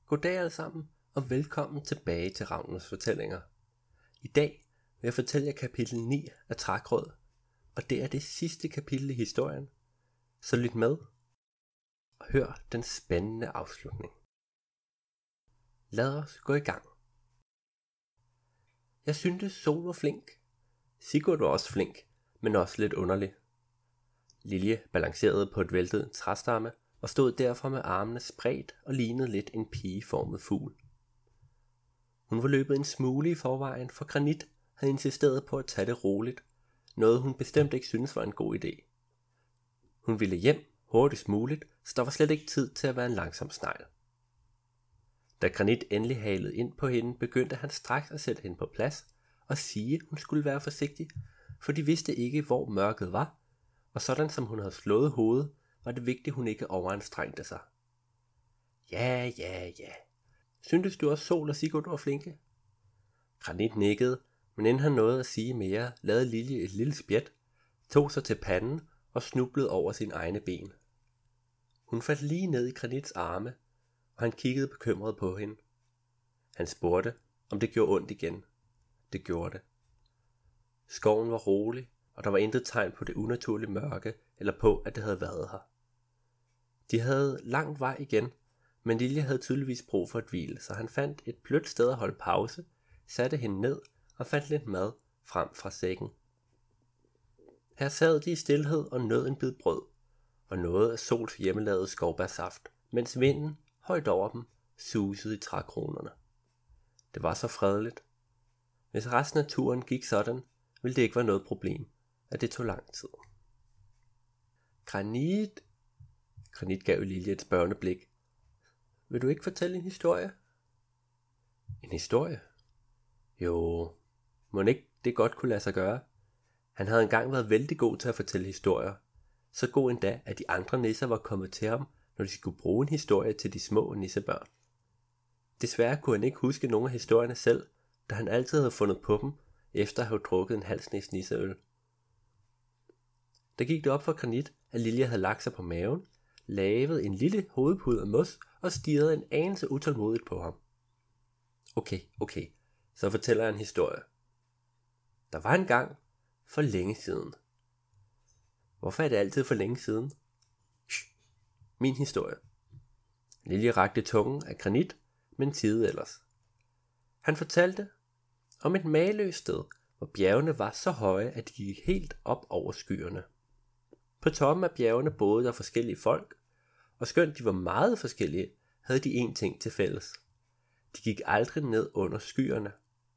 Goddag alle sammen, og velkommen tilbage til Ravnens Fortællinger. I dag vil jeg fortælle jer kapitel 9 af Trækråd, og det er det sidste kapitel i historien. Så lyt med og hør den spændende afslutning. Lad os gå i gang. Jeg syntes Sol var flink. Sigurd var også flink, men også lidt underlig. Lilje balancerede på et væltet træstamme og stod derfor med armene spredt og lignede lidt en pigeformet fugl. Hun var løbet en smule i forvejen, for Granit havde insisteret på at tage det roligt, noget hun bestemt ikke syntes var en god idé. Hun ville hjem hurtigst muligt, så der var slet ikke tid til at være en langsom snegl. Da Granit endelig halede ind på hende, begyndte han straks at sætte hende på plads og sige, hun skulle være forsigtig, for de vidste ikke, hvor mørket var, og sådan som hun havde slået hovedet, var det vigtigt, hun ikke overanstrengte sig. Ja. Syntes du også Sol og Sigurd var flinke? Granit nikkede, men inden han nåede at sige mere, lavede Lilje et lille spjæt, tog sig til panden og snublede over sine egne ben. Hun faldt lige ned i Granits arme, og han kiggede bekymret på hende. Han spurgte, om det gjorde ondt igen. Det gjorde det. Skoven var rolig, og der var intet tegn på det unaturlige mørke, eller på, at det havde været her. De havde lang vej igen, men Lilje havde tydeligvis brug for et hvile, så han fandt et blødt sted at holde pause, satte hende ned og fandt lidt mad frem fra sækken. Her sad de i stilhed og nød en bid brød, og noget af Sols hjemmelavede skovbærsaft, mens vinden, højt over dem, susede i trækronerne. Det var så fredeligt. Hvis resten af turen gik sådan, ville det ikke være noget problem, at det tog lang tid. Granit gav Lilje et spørgende blik. Vil du ikke fortælle en historie? En historie? Jo, mon ikke det godt kunne lade sig gøre. Han havde engang været vældig god til at fortælle historier. Så god endda, at de andre nisser var kommet til ham, når de skulle bruge en historie til de små nissebørn. Desværre kunne han ikke huske nogen af historierne selv, da han altid havde fundet på dem, efter at have drukket en halv snes nisseøl. Der gik det op for Granit, at Lilje havde lagt sig på maven, lavet en lille hovedpude af mos og stirrede en anelse utålmodigt på ham. Okay, så fortæller jeg en historie. Der var en gang for længe siden. Hvorfor er det altid for længe siden? Min historie. Lilje rakte tungen af Granit, men tiede ellers. Han fortalte om et mageløst sted, hvor bjergene var så høje, at de gik helt op over skyerne. På toppen af bjergene boede der forskellige folk, og skønt de var meget forskellige, havde de én ting til fælles. De gik aldrig ned under skyerne.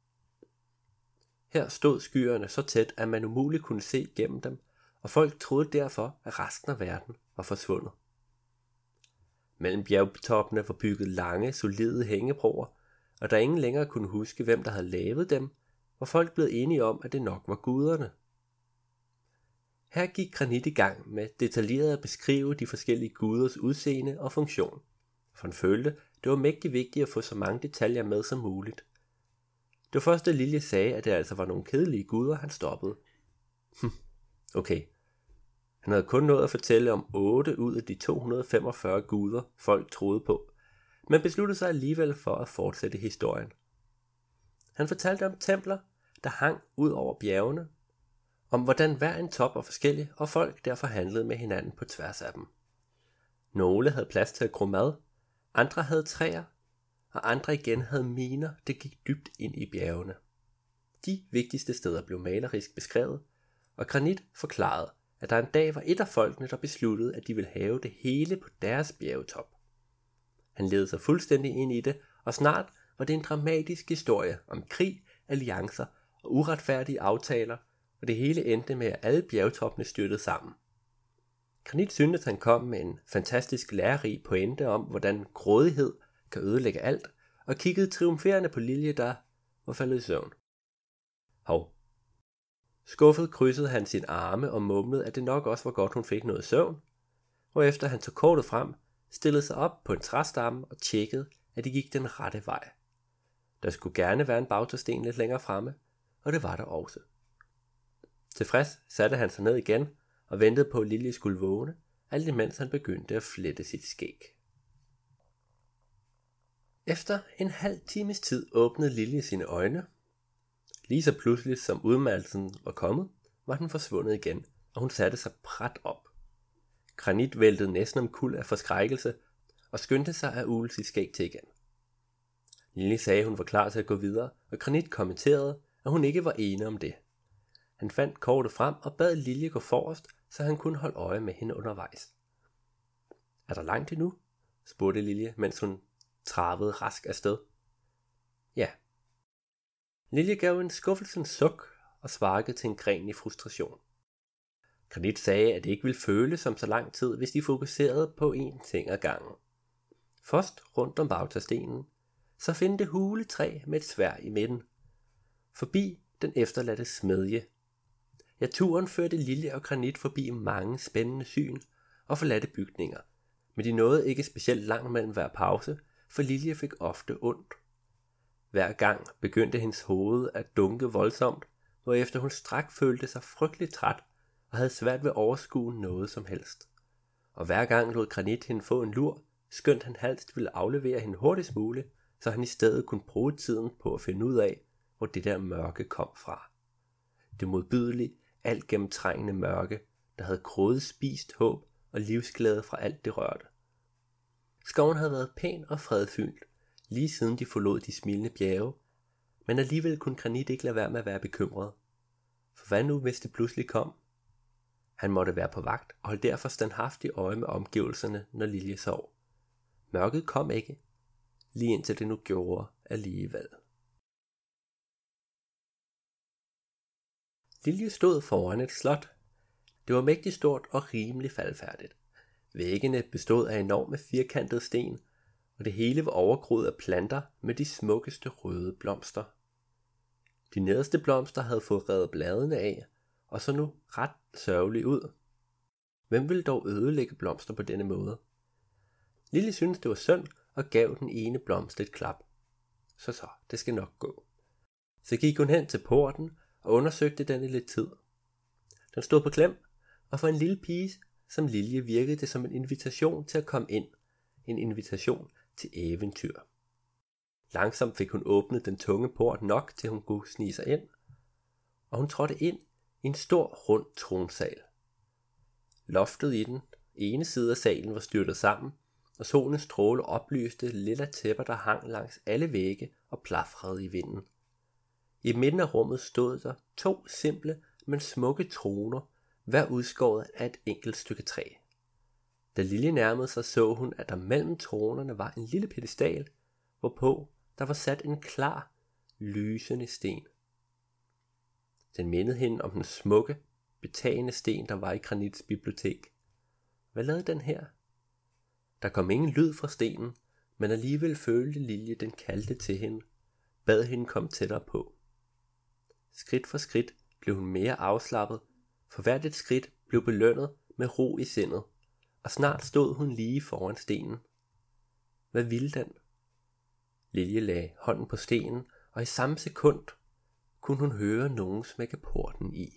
Her stod skyerne så tæt, at man umuligt kunne se gennem dem, og folk troede derfor, at resten af verden var forsvundet. Mellem bjergtoppene var bygget lange, solide hængebroer, og da ingen længere kunne huske, hvem der havde lavet dem, var folk blevet enige om, at det nok var guderne. Her gik Granit i gang med detaljeret at beskrive de forskellige guders udseende og funktion, for han følte, det var mægtig vigtigt at få så mange detaljer med som muligt. Det var først, da Lilje sagde, at det altså var nogle kedelige guder, han stoppede. Okay. Han havde kun nået at fortælle om 8 ud af de 245 guder, folk troede på, men besluttede sig alligevel for at fortsætte historien. Han fortalte om templer, der hang ud over bjergene, om hvordan hver en top var forskellig, og folk derfor handlede med hinanden på tværs af dem. Nogle havde plads til at gro mad, andre havde træer, og andre igen havde miner, der gik dybt ind i bjergene. De vigtigste steder blev malerisk beskrevet, og Granit forklarede, at der en dag var et af folkene, der besluttede, at de ville have det hele på deres bjergetop. Han ledte sig fuldstændig ind i det, og snart var det en dramatisk historie om krig, alliancer og uretfærdige aftaler, og det hele endte med, at alle bjergtoppene styrtede sammen. Granit syntes, han kom med en fantastisk lærerig pointe om, hvordan grådighed kan ødelægge alt, og kiggede triumferende på Lilje, der var faldet i søvn. Skuffet krydsede han sine arme og mumlede, at det nok også var godt, hun fik noget søvn, hvorefter han tog kortet frem, stillede sig op på en træstamme og tjekkede, at de gik den rette vej. Der skulle gerne være en bautasten lidt længere fremme, og det var der også. Tilfreds satte han sig ned igen og ventede på, at Lilje skulle vågne, alt imens han begyndte at flette sit skæg. Efter en halv times tid åbnede Lilje sine øjne. Lige så pludselig som udmattelsen var kommet, var den forsvundet igen, og hun satte sig brat op. Granit væltede næsten omkuld af forskrækkelse og skyndte sig at ule sit skæg til igen. Lilje sagde, at hun var klar til at gå videre, og Granit kommenterede, at hun ikke var enig om det. Han fandt kortet frem og bad Lilje gå forrest, så han kunne holde øje med hende undervejs. Er der langt endnu? Spurgte Lilje, mens hun travede rask afsted. Ja. Lilje gav en skuffelsens suk og sparkede til en gren i frustration. Granit sagde, at det ikke ville føles som så lang tid, hvis de fokuserede på én ting ad gangen. Først rundt om bagtastenen, så finde det huletræ med et sværd i midten. Forbi den efterladte smedje. Ja, turen førte Lilje og Granit forbi mange spændende syn og forladte bygninger, men de nåede ikke specielt langt mellem hver pause, for Lilje fik ofte ondt. Hver gang begyndte hendes hoved at dunke voldsomt, hvorefter hun straks følte sig frygteligt træt og havde svært ved at overskue noget som helst. Og hver gang lod Granit hende få en lur, skønt han helst ville aflevere hende hurtigst muligt, så han i stedet kunne bruge tiden på at finde ud af, hvor det der mørke kom fra. Det modbydelige, alt gennemtrængende mørke, der havde grådet spist håb og livsglæde fra alt det rørte. Skoven havde været pæn og fredfyldt, lige siden de forlod de smilende bjerge, men alligevel kunne Granit ikke lade være med at være bekymret. For hvad nu, hvis det pludselig kom? Han måtte være på vagt og holdt derfor standhaftigt øje med omgivelserne, når Lilje sov. Mørket kom ikke, lige indtil det nu gjorde alligevel. Lilje stod foran et slot. Det var mægtigt stort og rimelig faldfærdigt. Væggene bestod af enorme firkantede sten, og det hele var overgroet af planter med de smukkeste røde blomster. De nederste blomster havde fået revet bladene af, og så nu ret sørgelige ud. Hvem ville dog ødelægge blomster på denne måde? Lilje syntes det var synd og gav den ene blomst et klap. Så, det skal nok gå. Så gik hun hen til porten og undersøgte den i lidt tid. Den stod på klem, og for en lille pige som Lilje virkede det som en invitation til at komme ind. En invitation til eventyr. Langsomt fik hun åbnet den tunge port nok, til hun kunne snige sig ind, og hun trådte ind i en stor rund tronsal. Loftet i den ene side af salen var styrtet sammen, og solens stråle oplyste lilla tæpper, der hang langs alle vægge og plafrede i vinden. I midten af rummet stod der 2 simple, men smukke troner, hver udskåret af et enkelt stykke træ. Da Lilje nærmede sig, så hun, at der mellem tronerne var en lille pedestal, hvorpå der var sat en klar, lysende sten. Den mindede hende om den smukke, betagende sten, der var i Granits bibliotek. Hvad lavede den her? Der kom ingen lyd fra stenen, men alligevel følte Lilje den kaldte til hende, bad hende komme tættere på. Skridt for skridt blev hun mere afslappet, for hvert et skridt blev belønnet med ro i sindet, og snart stod hun lige foran stenen. Hvad ville den? Lilje lagde hånden på stenen, og i samme sekund kunne hun høre nogen smække porten i.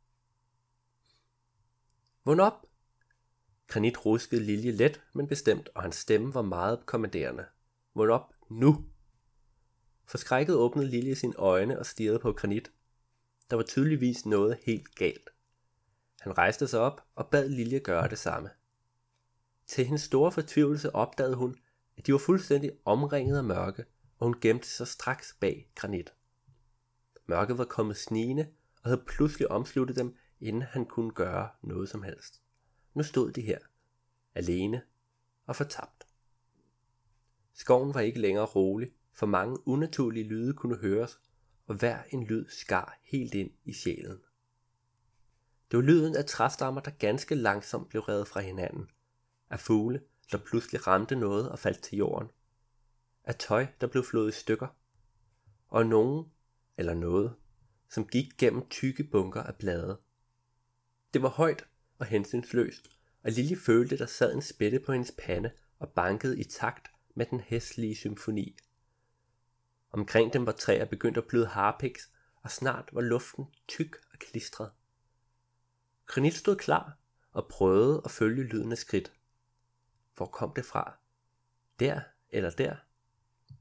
Vågn op! Granit ruskede Lilje let, men bestemt, og hans stemme var meget kommanderende. Vågn op nu! Forskrækket åbnede Lilje sine øjne og stirrede på Granit. Der var tydeligvis noget helt galt. Han rejste sig op og bad Lilje gøre det samme. Til hendes store fortvivlelse opdagede hun, at de var fuldstændig omringet af mørke, og hun gemte sig straks bag Granit. Mørket var kommet snigende og havde pludselig omsluttet dem, inden han kunne gøre noget som helst. Nu stod de her, alene og fortabt. Skoven var ikke længere rolig, for mange unaturlige lyde kunne høres, og hver en lyd skar helt ind i sjælen. Det var lyden af træstammer, der ganske langsomt blev revet fra hinanden, af fugle, der pludselig ramte noget og faldt til jorden, af tøj, der blev flået i stykker, og nogen eller noget, som gik gennem tykke bunker af blade. Det var højt og hensynsløst, og Lilje følte, der sad en spætte på hendes pande og bankede i takt med den hæslige symfoni. Omkring dem var træer begyndt at bløde harpiks, og snart var luften tyk og klistret. Granit stod klar og prøvede at følge lyden af skridt. Hvor kom det fra? Der eller der?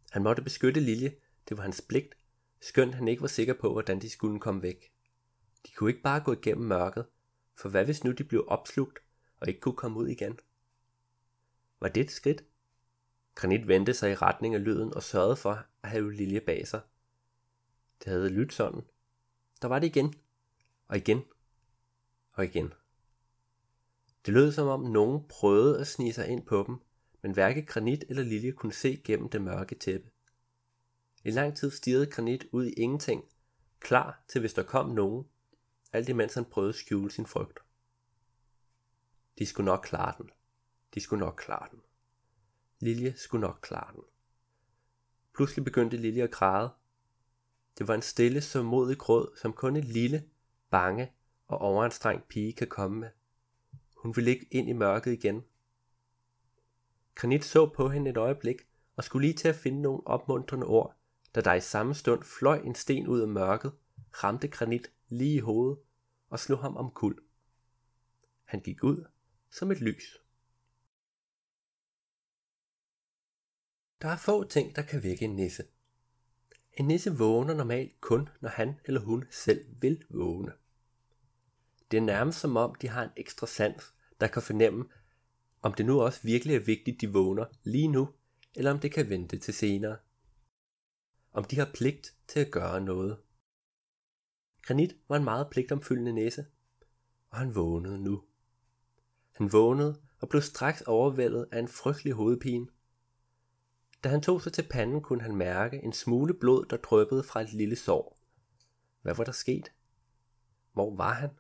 Han måtte beskytte Lilje, det var hans pligt, skønt han ikke var sikker på, hvordan de skulle komme væk. De kunne ikke bare gå igennem mørket, for hvad hvis nu de blev opslugt og ikke kunne komme ud igen? Var det et skridt? Granit vendte sig i retning af lyden og sørgede for at have Lilje bag sig. Det havde lyttet sådan. Der var det igen, og igen, og igen. Det lød som om nogen prøvede at snige sig ind på dem, men hverken Granit eller Lilje kunne se gennem det mørke tæppe. I lang tid stirrede Granit ud i ingenting, klar til hvis der kom nogen, alt imens han prøvede at skjule sin frygt. De skulle nok klare den. De skulle nok klare den. Lilje skulle nok klare den. Pludselig begyndte Lilje at græde. Det var en stille, sørgmodig gråd, som kun en lille, bange og overanstrengt pige kan komme med. Hun ville ikke ind i mørket igen. Granit så på hende et øjeblik og skulle lige til at finde nogle opmuntrende ord, da der i samme stund fløj en sten ud af mørket, ramte Granit lige i hovedet og slog ham omkuld. Han gik ud som et lys. Der er få ting, der kan vække en nisse. En nisse vågner normalt kun, når han eller hun selv vil vågne. Det er nærmest som om, de har en ekstra sans, der kan fornemme, om det nu også virkelig er vigtigt, de vågner lige nu, eller om det kan vente til senere. Om de har pligt til at gøre noget. Granit var en meget pligtomfyldende nisse, og han vågnede nu. Han vågnede og blev straks overvældet af en frygtelig hovedpine. Da han tog sig til panden, kunne han mærke en smule blod, der dryppede fra et lille sår. Hvad var der sket? Hvor var han?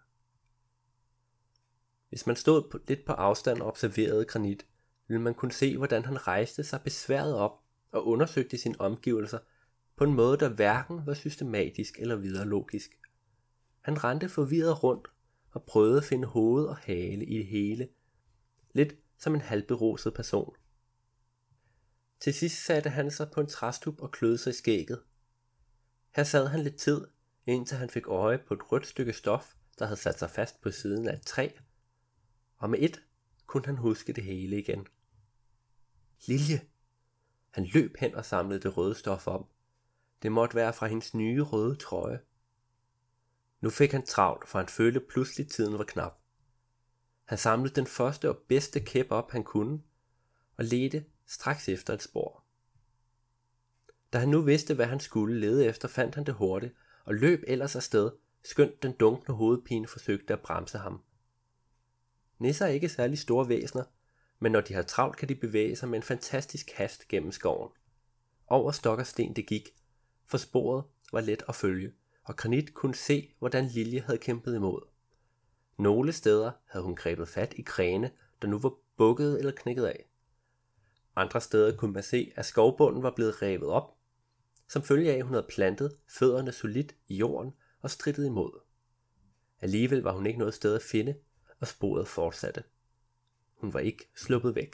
Hvis man stod lidt på afstand og observerede Granit, ville man kunne se, hvordan han rejste sig besværet op og undersøgte sine omgivelser på en måde, der hverken var systematisk eller videre logisk. Han rendte forvirret rundt og prøvede at finde hoved og hale i det hele, lidt som en halvberuset person. Til sidst satte han sig på en træstup og kløede sig i skægget. Her sad han lidt tid, indtil han fik øje på et rødt stykke stof, der havde sat sig fast på siden af et træ, og med et kunne han huske det hele igen. Lilje! Han løb hen og samlede det røde stof op. Det måtte være fra hendes nye røde trøje. Nu fik han travlt, for han følte pludselig tiden var knap. Han samlede den første og bedste kæp op han kunne, og ledte straks efter et spor. Da han nu vidste, hvad han skulle lede efter, fandt han det hurtigt, og løb ellers afsted, skønt den dunkne hovedpine forsøgte at bremse ham. Nisser er ikke særlig store væsener, men når de har travlt, kan de bevæge sig med en fantastisk hast gennem skoven. Over stok og sten det gik, for sporet var let at følge, og Granit kunne se, hvordan Lilje havde kæmpet imod. Nogle steder havde hun grebet fat i grene, der nu var bukket eller knækket af. Andre steder kunne man se, at skovbunden var blevet revet op, som følge af, at hun havde plantet fødderne solidt i jorden og strittet imod. Alligevel var hun ikke noget sted at finde, og sporet fortsatte. Hun var ikke sluppet væk.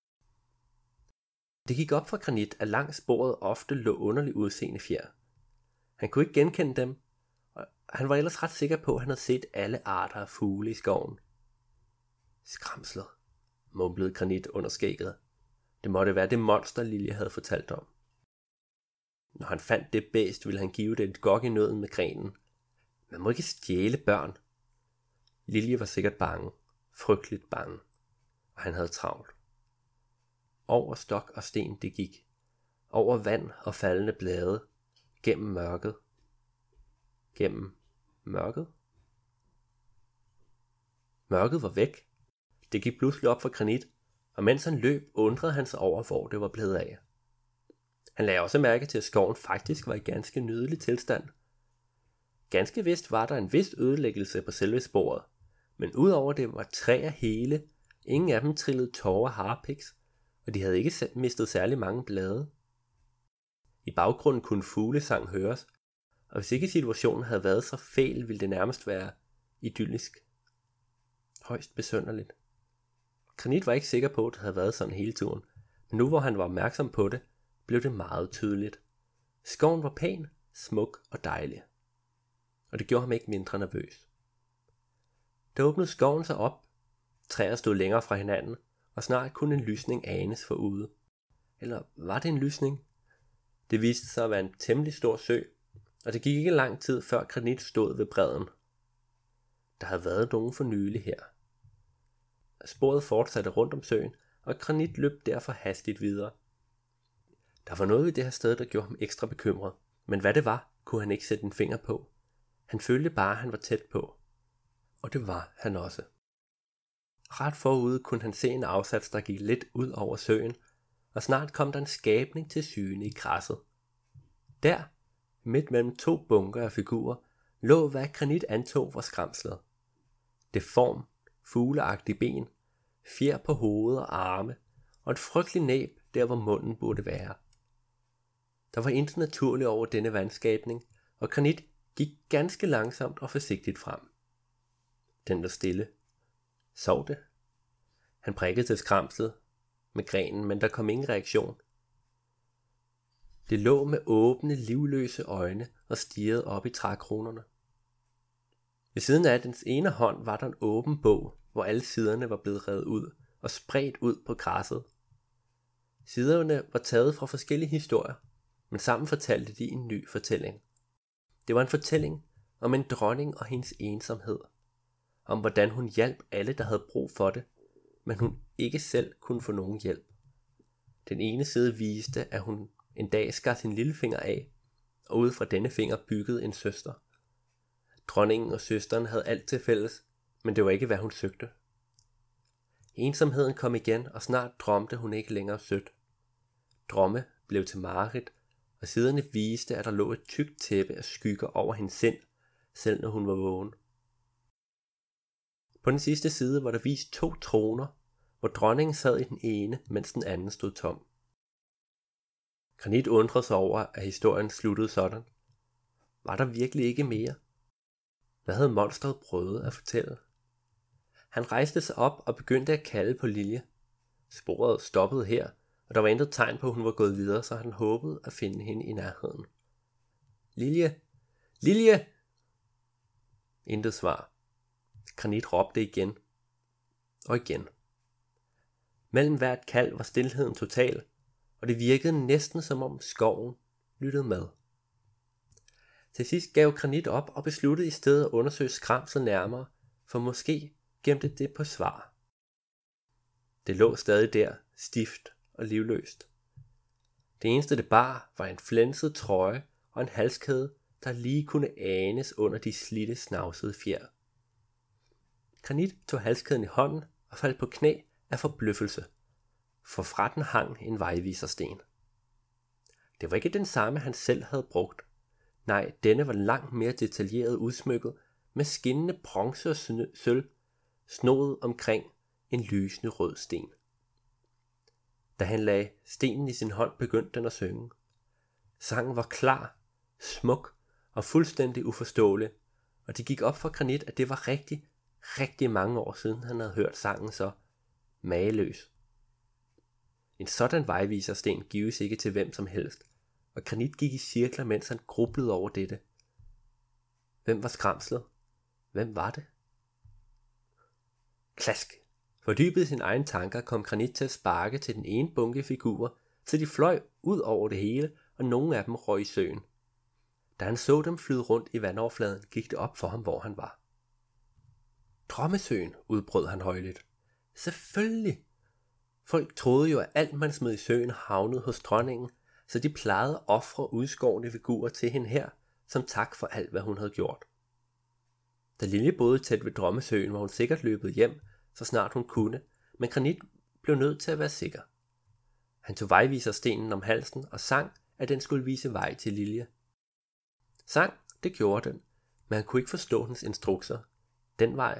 Det gik op for Granit, at langs sporet ofte lå underligt udseende fjer. Han kunne ikke genkende dem, og han var ellers ret sikker på, at han havde set alle arter af fugle i skoven. Skræmslet, mumlede Granit under skægget. Det måtte være det monster, Lilje havde fortalt om. Når han fandt det bæst, ville han give det et gok i nøden med grenen. Man må ikke stjæle børn. Lilje var sikkert bange, frygteligt bange, og han havde travlt. Over stok og sten det gik, over vand og faldende blade, gennem mørket. Gennem mørket? Mørket var væk. Det gik pludselig op for Granit, og mens han løb, undrede han sig over, hvor det var blevet af. Han lagde også mærke til, at skoven faktisk var i ganske nydelig tilstand. Ganske vist var der en vis ødelæggelse på selve sporet, men udover det var træer hele, ingen af dem trillede tårer og harpiks, og de havde ikke mistet særlig mange blade. I baggrunden kunne fuglesang høres, og hvis ikke situationen havde været så fæl, ville det nærmest være idyllisk. Højst besynderligt. Granit var ikke sikker på, at det havde været sådan hele turen, men nu hvor han var opmærksom på det, blev det meget tydeligt. Skoven var pæn, smuk og dejlig, og det gjorde ham ikke mindre nervøs. Der åbnede skoven sig op, træer stod længere fra hinanden, og snart kunne en lysning anes forude. Eller var det en lysning? Det viste sig at være en temmelig stor sø, og det gik ikke lang tid før Granit stod ved bredden. Der havde været nogen for nylig her. Sporet fortsatte rundt om søen, og Granit løb derfor hastigt videre. Der var noget ved det her sted, der gjorde ham ekstra bekymret, men hvad det var, kunne han ikke sætte en finger på. Han følte bare, at han var tæt på. Og det var han også. Ret forude kunne han se en afsats, der gik lidt ud over søen, og snart kom der en skabning til syne i græsset. Der, midt mellem to bunker af figurer, lå hvad Granit antog var skramslet. Deform, fugleagtig ben, fjer på hoved og arme, og et frygteligt næb der, hvor munden burde være. Der var intet naturligt over denne vandskabning, og Granit gik ganske langsomt og forsigtigt frem. Den lå stille. Sov det? Han prikkede til skramslet med grenen, men der kom ingen reaktion. Det lå med åbne, livløse øjne og stirrede op i trækronerne. Ved siden af dens ene hånd var der en åben bog, hvor alle siderne var blevet revet ud og spredt ud på græsset. Siderne var taget fra forskellige historier, men sammen fortalte de en ny fortælling. Det var en fortælling om en dronning og hendes ensomhed, om hvordan hun hjalp alle, der havde brug for det, men hun ikke selv kunne få nogen hjælp. Den ene side viste, at hun en dag skar sin lillefinger af, og ud fra denne finger byggede en søster. Dronningen og søsteren havde alt til fælles, men det var ikke, hvad hun søgte. Ensomheden kom igen, og snart drømte hun ikke længere sødt. Drømme blev til mareridt, og siderne viste, at der lå et tykt tæppe af skygger over hendes sind, selv når hun var vågen. På den sidste side var der vist 2 troner, hvor dronningen sad i den ene, mens den anden stod tom. Granit undrede sig over, at historien sluttede sådan. Var der virkelig ikke mere? Hvad havde monstret prøvet at fortælle? Han rejste sig op og begyndte at kalde på Lilje. Sporet stoppede her, og der var intet tegn på, at hun var gået videre, så han håbede at finde hende i nærheden. Lilje! Lilje! Intet svar. Granit råbte igen. Og igen. Mellem hvert kald var stilheden total, og det virkede næsten som om skoven lyttede med. Til sidst gav Granit op og besluttede i stedet at undersøge skramslet nærmere, for måske gemte det på svar. Det lå stadig der, stift og livløst. Det eneste det bar var en flænset trøje og en halskæde, der lige kunne anes under de slidte snavsede fjer. Granit tog halskæden i hånden og faldt på knæ af forbløffelse, for fra den hang en vejvisersten. Det var ikke den samme, han selv havde brugt. Nej, denne var langt mere detaljeret udsmykket med skinnende bronze og sølv, snoet omkring en lysende rød sten. Da han lagde stenen i sin hånd, begyndte den at synge. Sangen var klar, smuk og fuldstændig uforståelig, og det gik op for Granit, at det var rigtig mange år siden, han havde hørt sangen så mageløs. En sådan vejvisersten gives ikke til hvem som helst, og Granit gik i cirkler, mens han grublede over dette. Hvem var skramslet? Hvem var det? Klask! Fordybet i sine egne tanker kom Granit til at sparke til den ene bunke figurer, så de fløj ud over det hele, og nogle af dem røg i søen. Da han så dem flyde rundt i vandoverfladen, gik det op for ham, hvor han var. Drømmesøen, udbrød han højligt. Selvfølgelig! Folk troede jo, at alt man smed i søen havnede hos dronningen, så de plejede at ofre udskårne figurer til hende her, som tak for alt, hvad hun havde gjort. Da Lilje boede tæt ved Drømmesøen, var hun sikkert løbet hjem, så snart hun kunne, men Granit blev nødt til at være sikker. Han tog vejviserstenen om halsen og sang, at den skulle vise vej til Lilje. Sang, det gjorde den, men han kunne ikke forstå hendes instrukser. Den vej?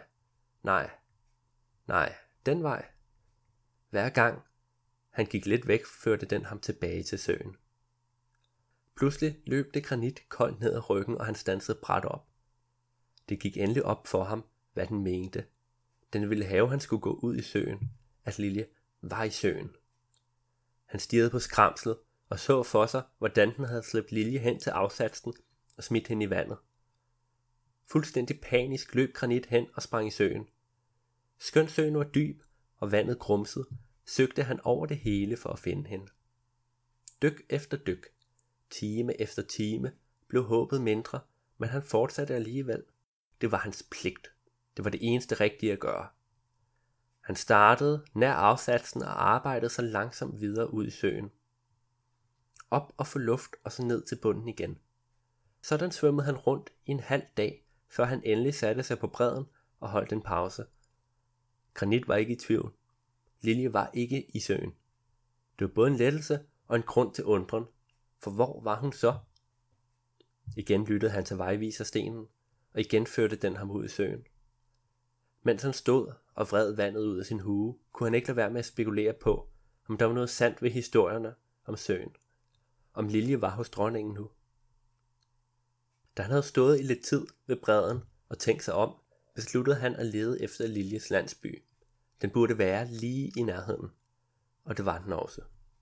Nej, den vej. Hver gang han gik lidt væk, førte den ham tilbage til søen. Pludselig løb det Granit koldt ned ad ryggen, og han standsede brat op. Det gik endelig op for ham, hvad den mente. Den ville have, han skulle gå ud i søen, at Lilje var i søen. Han stirrede på skramslet og så for sig, hvordan den havde slæbt Lilje hen til afsatsen og smidt hende i vandet. Fuldstændig panisk løb Granit hen og sprang i søen. Skønt søen var dyb og vandet grumsede, søgte han over det hele for at finde hende. Dyk efter dyk, time efter time blev håbet mindre, men han fortsatte alligevel. Det var hans pligt. Det var det eneste rigtige at gøre. Han startede nær afsatsen og arbejdede så langsomt videre ud i søen. Op og få luft og så ned til bunden igen. Sådan svømmede han rundt i en halv dag, før han endelig satte sig på bredden og holdt en pause. Granit var ikke i tvivl. Lilje var ikke i søen. Det var både en lettelse og en grund til undren, for hvor var hun så? Igen lyttede han til vejviserstenen, og igen førte den ham ud i søen. Mens han stod og vred vandet ud af sin hue, kunne han ikke lade være med at spekulere på, om der var noget sandt ved historierne om søen. Om Lilje var hos dronningen nu. Da han havde stået i lidt tid ved bredden og tænkt sig om, besluttede han at lede efter Liljes landsby. Den burde være lige i nærheden, og det var den også.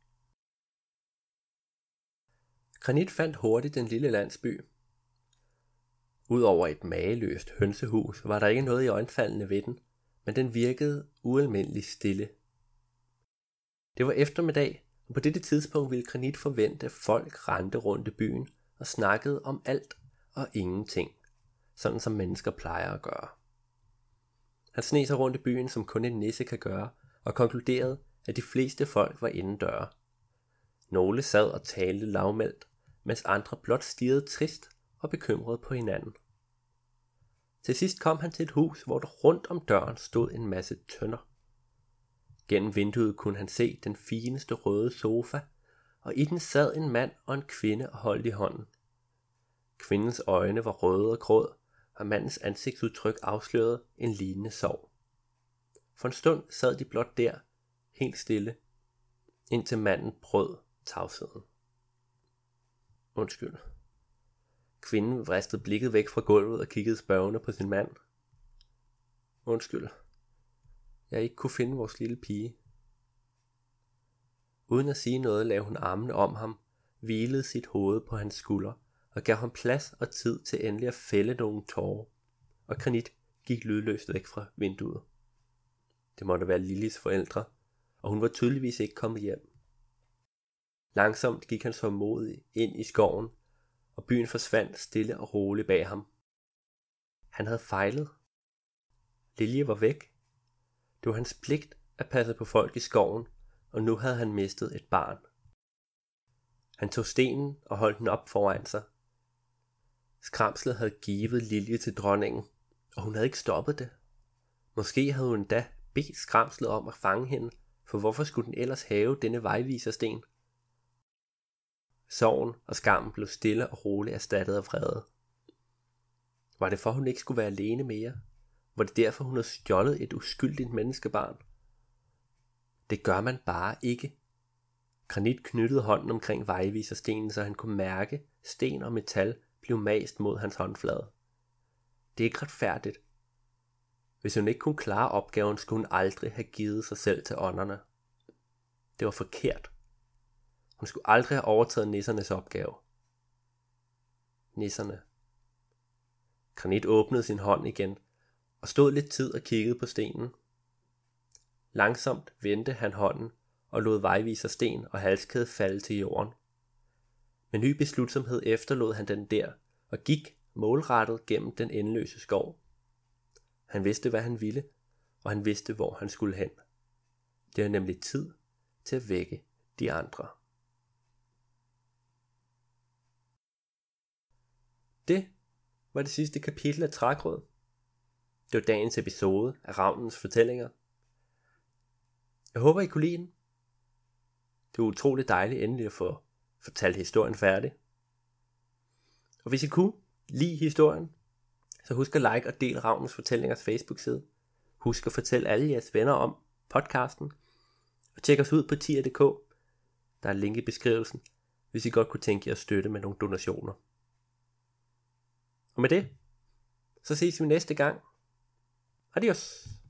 Granit fandt hurtigt den lille landsby. Udover et mageløst hønsehus var der ikke noget i øjenfaldende ved den, men den virkede ualmindeligt stille. Det var eftermiddag, og på dette tidspunkt ville Granit forvente, at folk rendte rundt i byen og snakkede om alt og ingenting, sådan som mennesker plejer at gøre. Han sneg sig rundt i byen, som kun en nisse kan gøre, og konkluderede, at de fleste folk var indendøre. Nogle sad og talte lavmældt, mens andre blot stirrede trist og bekymret på hinanden. Til sidst kom han til et hus, hvor der rundt om døren stod en masse tønder. Gennem vinduet kunne han se den fineste røde sofa, og i den sad en mand og en kvinde og holdt i hånden. Kvindens øjne var røde og gråd, og mandens ansigtsudtryk afslørede en lignende sorg. For en stund sad de blot der, helt stille, indtil manden brød tavsheden. Undskyld. Kvinden vristede blikket væk fra gulvet og kiggede spørgende på sin mand. Undskyld. Jeg ikke kunne finde vores lille pige. Uden at sige noget, lagde hun armene om ham, hvilede sit hoved på hans skulder og gav ham plads og tid til endelig at fælde nogle tårer, og Granit gik lydløst væk fra vinduet. Det måtte være Liljes forældre, og hun var tydeligvis ikke kommet hjem. Langsomt gik han så modigt ind i skoven, og byen forsvandt stille og roligt bag ham. Han havde fejlet. Lilje var væk. Det var hans pligt at passe på folk i skoven, og nu havde han mistet et barn. Han tog stenen og holdt den op foran sig. Skramslet havde givet Lilje til dronningen, og hun havde ikke stoppet det. Måske havde hun endda bedt skramslet om at fange hende, for hvorfor skulle den ellers have denne vejvisersten? Sorgen og skammen blev stille og roligt erstattet af vrede. Var det for, hun ikke skulle være alene mere? Var det derfor, hun havde stjålet et uskyldigt menneskebarn? Det gør man bare ikke. Granit knyttede hånden omkring vejviserstenen, så han kunne mærke sten og metal blev mast mod hans håndflade. Det er ikke retfærdigt. Hvis hun ikke kunne klare opgaven, skulle hun aldrig have givet sig selv til ånderne. Det var forkert. Hun skulle aldrig have overtaget nissernes opgave. Nisserne. Granit åbnede sin hånd igen og stod lidt tid og kiggede på stenen. Langsomt vendte han hånden og lod vejvisersten og halskæde falde til jorden. Med ny beslutsomhed efterlod han den der og gik målrettet gennem den endeløse skov. Han vidste, hvad han ville, og han vidste, hvor han skulle hen. Det er nemlig tid til at vække de andre. Det var det sidste kapitel af Trækråd. Det var dagens episode af Ravnens fortællinger. Jeg håber, I kunne lide den. Det var utroligt dejligt endelig at få fortalt historien færdig. Og hvis I kunne lide historien, så husk at like og del Ravnens Fortællingers Facebook-side. Husk at fortælle alle jeres venner om podcasten. Og tjek os ud på tier.dk. Der er link i beskrivelsen, hvis I godt kunne tænke jer at støtte med nogle donationer. Og med det, så ses vi næste gang. Adios.